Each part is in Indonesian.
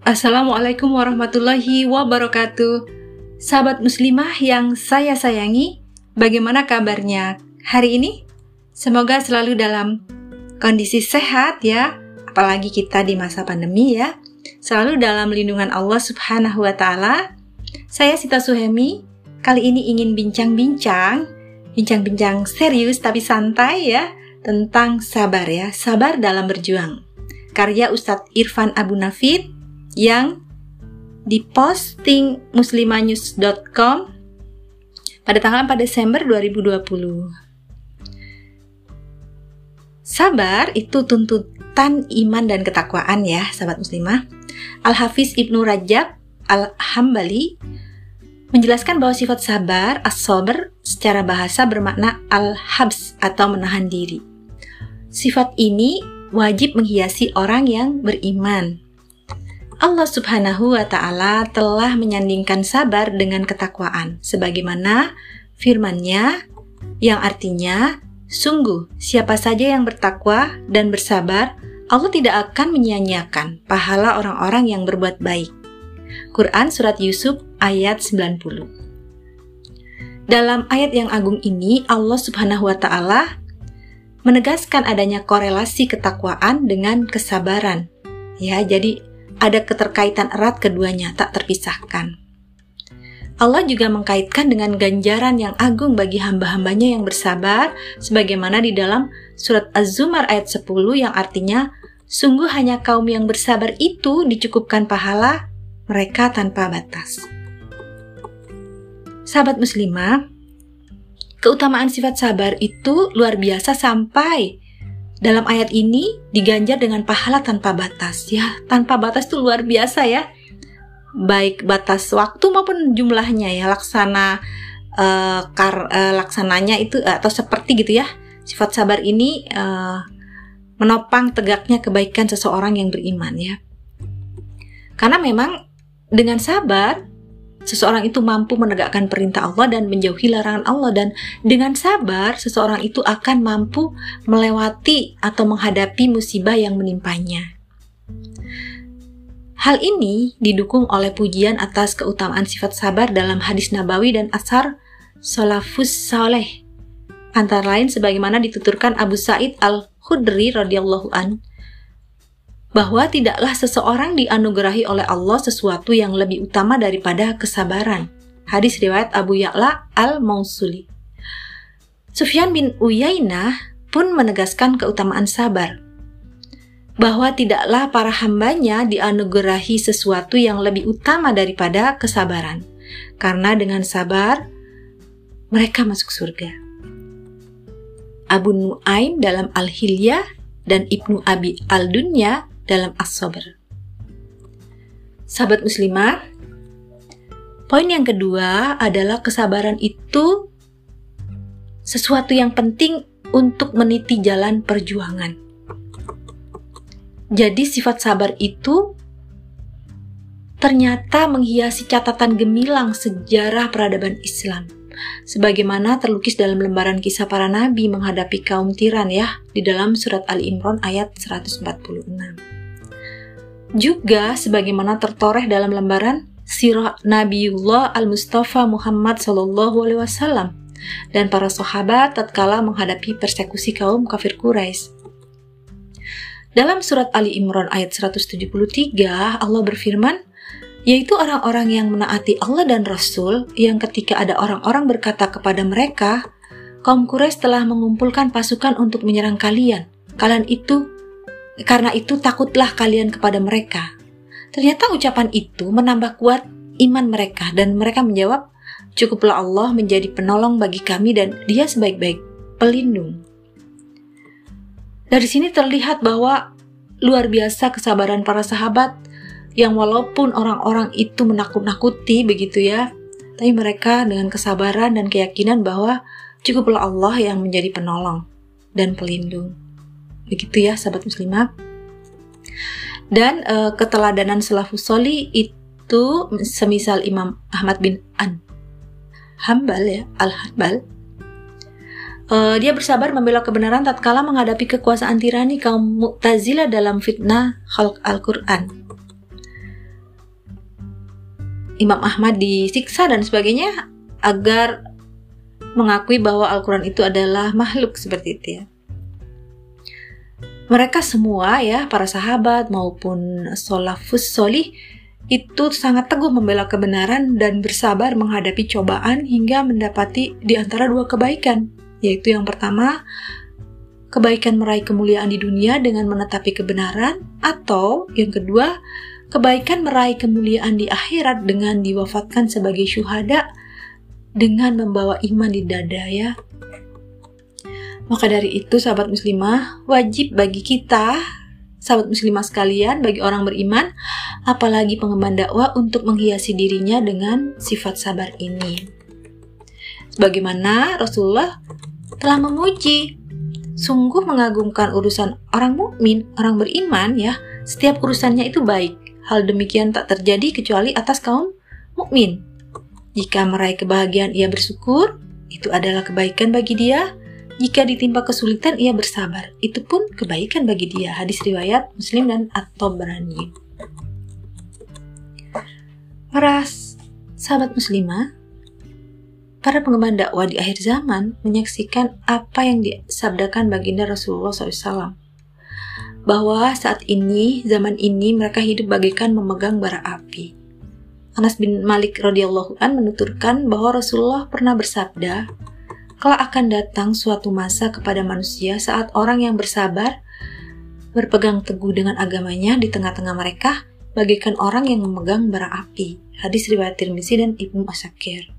Assalamualaikum warahmatullahi wabarakatuh. Sahabat muslimah yang saya sayangi, bagaimana kabarnya hari ini? Semoga selalu dalam kondisi sehat ya, apalagi kita di masa pandemi ya. Selalu dalam lindungan Allah Subhanahu wa Ta'ala. Saya Sita Suhemi, kali ini ingin bincang-bincang serius tapi santai ya, tentang sabar ya, sabar dalam berjuang. Karya Ustadz Irfan Abu Nafid yang diposting muslimanews.com pada tanggal 4 Desember 2020. Sabar itu tuntutan iman dan ketakwaan ya, sahabat muslimah. Al-Hafiz Ibnu Rajab Al-Hambali menjelaskan bahwa sifat sabar, as-sabr, secara bahasa bermakna al-habs atau menahan diri. Sifat ini wajib menghiasi orang yang beriman. Allah Subhanahu wa Ta'ala telah menyandingkan sabar dengan ketakwaan, sebagaimana firman-Nya yang artinya, sungguh siapa saja yang bertakwa dan bersabar, Allah tidak akan menyia-nyiakan pahala orang-orang yang berbuat baik. Quran Surat Yusuf ayat 90. Dalam ayat yang agung ini, Allah Subhanahu wa Ta'ala menegaskan adanya korelasi ketakwaan dengan kesabaran. Ya, jadi ada keterkaitan erat keduanya, tak terpisahkan. Allah juga mengkaitkan dengan ganjaran yang agung bagi hamba-hambanya yang bersabar, sebagaimana di dalam surat Az-Zumar ayat 10 yang artinya, sungguh hanya kaum yang bersabar itu dicukupkan pahala mereka tanpa batas. Sahabat muslimah, keutamaan sifat sabar itu luar biasa sampai dalam ayat ini diganjar dengan pahala tanpa batas ya. Tanpa batas itu luar biasa ya. Baik batas waktu maupun jumlahnya ya. Laksananya itu atau seperti gitu ya. Sifat sabar ini menopang tegaknya kebaikan seseorang yang beriman ya. Karena memang dengan sabar seseorang itu mampu menegakkan perintah Allah dan menjauhi larangan Allah, dan dengan sabar seseorang itu akan mampu melewati atau menghadapi musibah yang menimpanya. Hal ini didukung oleh pujian atas keutamaan sifat sabar dalam hadis nabawi dan asar salafus saleh. Antara lain sebagaimana dituturkan Abu Sa'id Al-Khudri radhiyallahu an, bahwa tidaklah seseorang dianugerahi oleh Allah sesuatu yang lebih utama daripada kesabaran. Hadis riwayat Abu Ya'la Al-Mausuli. Sufyan bin Uyainah pun menegaskan keutamaan sabar, bahwa tidaklah para hambanya dianugerahi sesuatu yang lebih utama daripada kesabaran, karena dengan sabar mereka masuk surga. Abu Nuaim dalam Al-Hilyah dan Ibnu Abi Al-Dunya dalam As-Sabr. Sahabat muslimah, poin yang kedua adalah kesabaran itu sesuatu yang penting untuk meniti jalan perjuangan. Jadi sifat sabar itu ternyata menghiasi catatan gemilang sejarah peradaban Islam, sebagaimana terlukis dalam lembaran kisah para nabi menghadapi kaum tiran ya, di dalam surat Ali Imran ayat 146. Juga sebagaimana tertoreh dalam lembaran Sirah Nabiullah Al-Mustafa Muhammad SAW dan para sahabat tatkala menghadapi persekusi kaum kafir Quraisy. Dalam surat Ali Imran ayat 173, Allah berfirman, yaitu orang-orang yang menaati Allah dan Rasul, yang ketika ada orang-orang berkata kepada mereka, kaum Quraisy telah mengumpulkan pasukan untuk menyerang kalian. Karena itu takutlah kalian kepada mereka. Ternyata ucapan itu menambah kuat iman mereka, dan mereka menjawab, cukuplah Allah menjadi penolong bagi kami dan Dia sebaik-baik pelindung. Dari sini terlihat bahwa luar biasa kesabaran para sahabat, yang walaupun orang-orang itu menakut-nakuti begitu ya, tapi mereka dengan kesabaran dan keyakinan bahwa cukuplah Allah yang menjadi penolong dan pelindung. Begitu ya sahabat muslimah. Dan keteladanan salafus sholih itu semisal Imam Ahmad bin Hanbal ya, Al-Hanbal. Dia bersabar membela kebenaran tatkala menghadapi kekuasaan tirani kaum Mu'tazilah dalam fitnah khalq Al-Quran. Imam Ahmad disiksa dan sebagainya agar mengakui bahwa Al-Quran itu adalah makhluk seperti itu ya. Mereka semua ya, para sahabat maupun salafus sholih itu sangat teguh membela kebenaran dan bersabar menghadapi cobaan hingga mendapati di antara dua kebaikan, yaitu yang pertama, kebaikan meraih kemuliaan di dunia dengan menetapi kebenaran, atau yang kedua, kebaikan meraih kemuliaan di akhirat dengan diwafatkan sebagai syuhada dengan membawa iman di dada ya. Maka dari itu sahabat muslimah, wajib bagi kita, sahabat muslimah sekalian, bagi orang beriman, apalagi pengemban dakwah untuk menghiasi dirinya dengan sifat sabar ini. Sebagaimana Rasulullah telah memuji, sungguh mengagumkan urusan orang mukmin, orang beriman ya, setiap urusannya itu baik. Hal demikian tak terjadi kecuali atas kaum mukmin. Jika meraih kebahagiaan ia bersyukur, itu adalah kebaikan bagi dia. Jika ditimpa kesulitan ia bersabar, itu pun kebaikan bagi dia. Hadis riwayat Muslim dan At-Tabrani. Para sahabat muslimah, para pengemban dakwah di akhir zaman menyaksikan apa yang disabdakan baginda Rasulullah SAW. Bahwa saat ini, zaman ini mereka hidup bagaikan memegang bara api. Anas bin Malik radhiyallahu an menuturkan bahwa Rasulullah pernah bersabda, kelak akan datang suatu masa kepada manusia saat orang yang bersabar berpegang teguh dengan agamanya di tengah-tengah mereka bagaikan orang yang memegang bara api. Hadis riwayat Tirmizi dan Ibnu Asakir.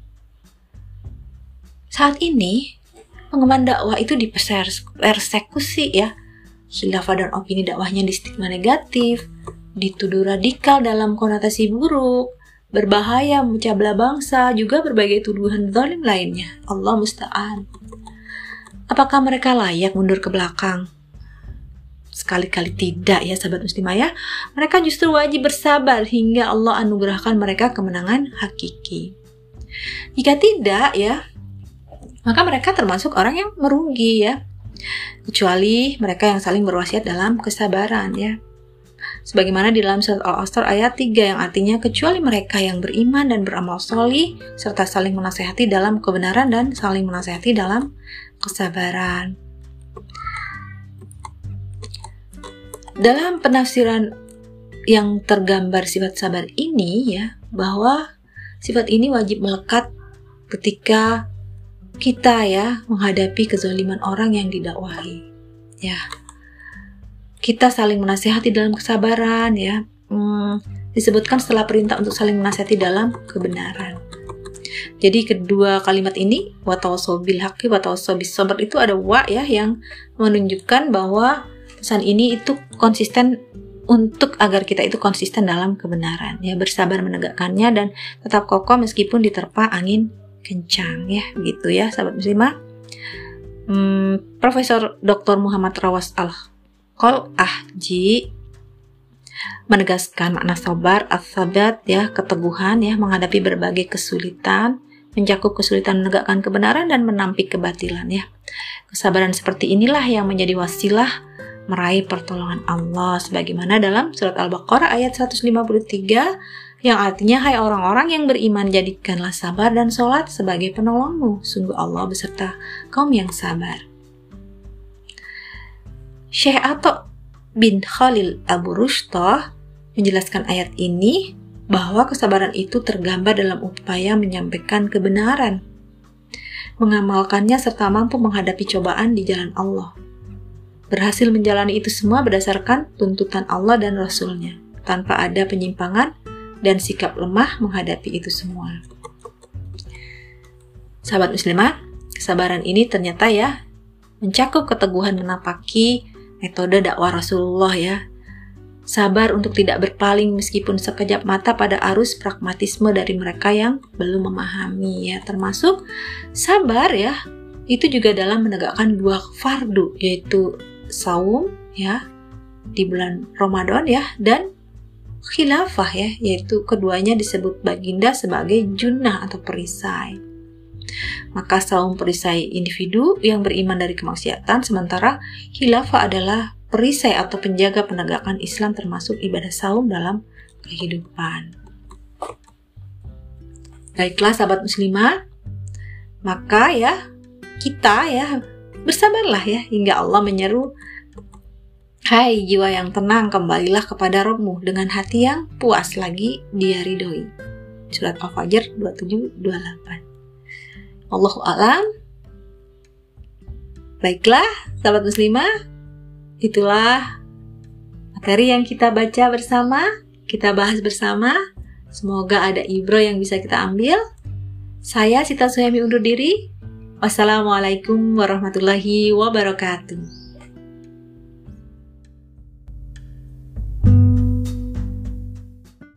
Saat ini pengemban dakwah itu dipersekusi ya. Khilafah dan opini dakwahnya di stigma negatif, dituduh radikal dalam konotasi buruk, berbahaya, memecah belah bangsa, juga berbagai tuduhan zalim lainnya. Allah musta'an. Apakah mereka layak mundur ke belakang? Sekali-kali tidak ya sahabat muslimah ya. Mereka justru wajib bersabar hingga Allah anugerahkan mereka kemenangan hakiki. Jika tidak ya, maka mereka termasuk orang yang merugi ya. Kecuali mereka yang saling berwasiat dalam kesabaran ya. Sebagaimana di dalam surat Al-Asr ayat 3 yang artinya kecuali mereka yang beriman dan beramal sholih serta saling menasehati dalam kebenaran dan saling menasehati dalam kesabaran. Dalam penafsiran yang tergambar sifat sabar ini ya, bahwa sifat ini wajib melekat ketika kita ya menghadapi kezaliman orang yang didakwahi ya. Kita saling menasihati dalam kesabaran ya. Disebutkan setelah perintah untuk saling menasihati dalam kebenaran. Jadi kedua kalimat ini watawassaw bil haqqi watawassaw bis sabr itu ada wa ya yang menunjukkan bahwa pesan ini itu konsisten untuk agar kita itu konsisten dalam kebenaran ya, bersabar menegakkannya dan tetap kokoh meskipun diterpa angin kencang ya, begitu ya sahabat muslimah. Profesor Dr. Muhammad Rawas Al-Ahji menegaskan makna sabar, as-sabat ya, keteguhan ya menghadapi berbagai kesulitan, mencakup kesulitan menegakkan kebenaran dan menampik kebatilan ya. Kesabaran seperti inilah yang menjadi wasilah meraih pertolongan Allah sebagaimana dalam surat Al-Baqarah ayat 153 yang artinya, hai orang-orang yang beriman, jadikanlah sabar dan sholat sebagai penolongmu. Sungguh Allah beserta kaum yang sabar. Syekh Atta bin Khalil Abu Rushtah menjelaskan ayat ini bahwa kesabaran itu tergambar dalam upaya menyampaikan kebenaran, mengamalkannya serta mampu menghadapi cobaan di jalan Allah. Berhasil menjalani itu semua berdasarkan tuntutan Allah dan Rasul-Nya, tanpa ada penyimpangan dan sikap lemah menghadapi itu semua. Sahabat muslimah, kesabaran ini ternyata ya mencakup keteguhan menapaki metode dakwah Rasulullah ya. Sabar untuk tidak berpaling meskipun sekejap mata pada arus pragmatisme dari mereka yang belum memahami ya. Termasuk sabar ya, itu juga dalam menegakkan dua fardu, yaitu saum ya di bulan Ramadan ya, dan khilafah ya, yaitu keduanya disebut baginda sebagai junnah atau perisai. Maka saum perisai individu yang beriman dari kemaksiatan, sementara khilafah adalah perisai atau penjaga penegakan Islam termasuk ibadah saum dalam kehidupan. Baiklah sahabat muslimah, maka ya kita ya bersabarlah ya hingga Allah menyeru, hai jiwa yang tenang, kembalilah kepada Rabb-Mu dengan hati yang puas lagi Dia ridhoi. Surat Al-Fajr 27-28. Allahu a'lam. Baiklah sahabat muslimah, itulah materi yang kita baca bersama, kita bahas bersama. Semoga ada ibro yang bisa kita ambil. Saya Sita Suhaimi undur diri. Wassalamualaikum warahmatullahi wabarakatuh.